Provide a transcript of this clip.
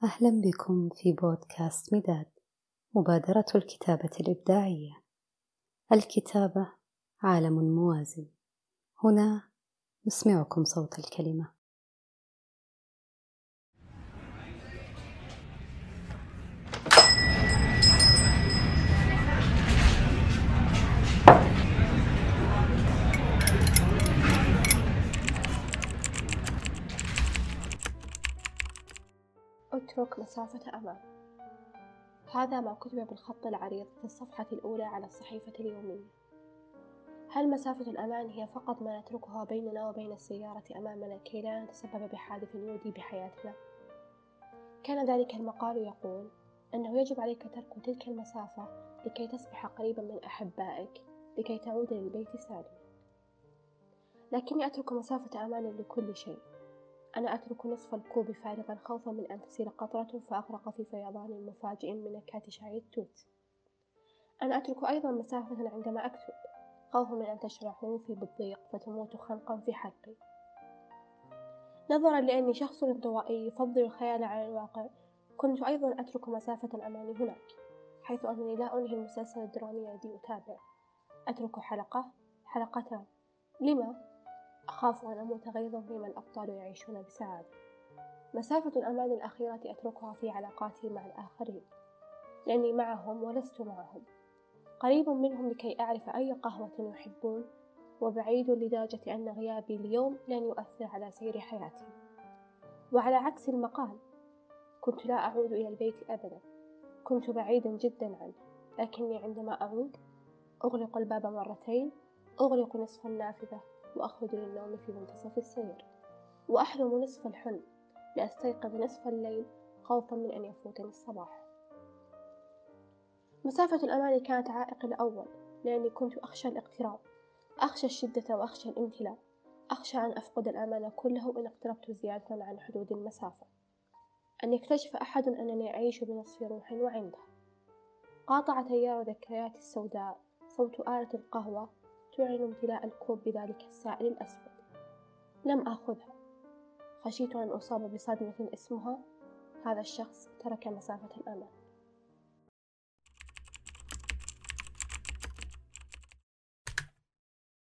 أهلا بكم في بودكاست مداد، مبادرة الكتابة الإبداعية. الكتابة عالم موازي، هنا نسمعكم صوت الكلمة. اترك مسافة أمام. هذا ما كتب بالخط العريض في الصفحة الأولى على الصحيفة اليومية. هل مسافة الأمان هي فقط ما نتركها بيننا وبين السيارة أمامنا كي لا نتسبب بحادث يودي بحياتنا؟ كان ذلك المقال يقول أنه يجب عليك ترك تلك المسافة لكي تصبح قريبا من أحبائك، لكي تعود للبيت سالما. لكني أترك مسافة أمان لكل شيء. أنا أترك نصف الكوب فارغا خوفا من أن تسيل قطرة فأغرق في فيضان مفاجئ من نكهات شاي التوت. أنا أترك أيضا مسافة عندما أكتب، خوفا من أن تشعر حروفي بالضيق فتموت خنقا في حلقي. نظرا لأني شخص انطوائي يفضل الخيال على الواقع، كنت أيضا أترك مسافة الأمان هناك، حيث أنني لا أنهي المسلسل الدرامي الذي أتابع. أترك حلقة، حلقتان. لما؟ أخاف أن أموت غيظا فيما الأبطال يعيشون بسعادة. مسافة الأمان الأخيرة أتركها في علاقاتي مع الآخرين، لأني معهم ولست معهم، قريب منهم لكي أعرف أي قهوة يحبون، وبعيد لدرجة أن غيابي اليوم لن يؤثر على سير حياتي. وعلى عكس المقال، كنت لا أعود إلى البيت أبدا، كنت بعيدا جدا عنه، لكني عندما أعود أغلق الباب مرتين، أغلق نصف النافذة، وأخرج للنوم في منتصف السرير، وأحلم نصف الحلم لأستيقظ نصف الليل خوفا من أن يفوتني الصباح. مسافة الأمان كانت عائق الأول، لأني كنت أخشى الاقتراب، أخشى الشدة وأخشى الامتلاء، أخشى أن أفقد الأمان كله إن اقتربت زيادة عن حدود المسافة، أن يكتشف أحد أنني أعيش بنصف روح وعندها. قاطع تيار ذكرياتي السوداء صوت آلة القهوة تعلن امتلاء الكوب بذلك السائل الأسود. لم آخذها، خشيت أن أصاب بصدمة اسمها هذا الشخص ترك مسافة الأمان.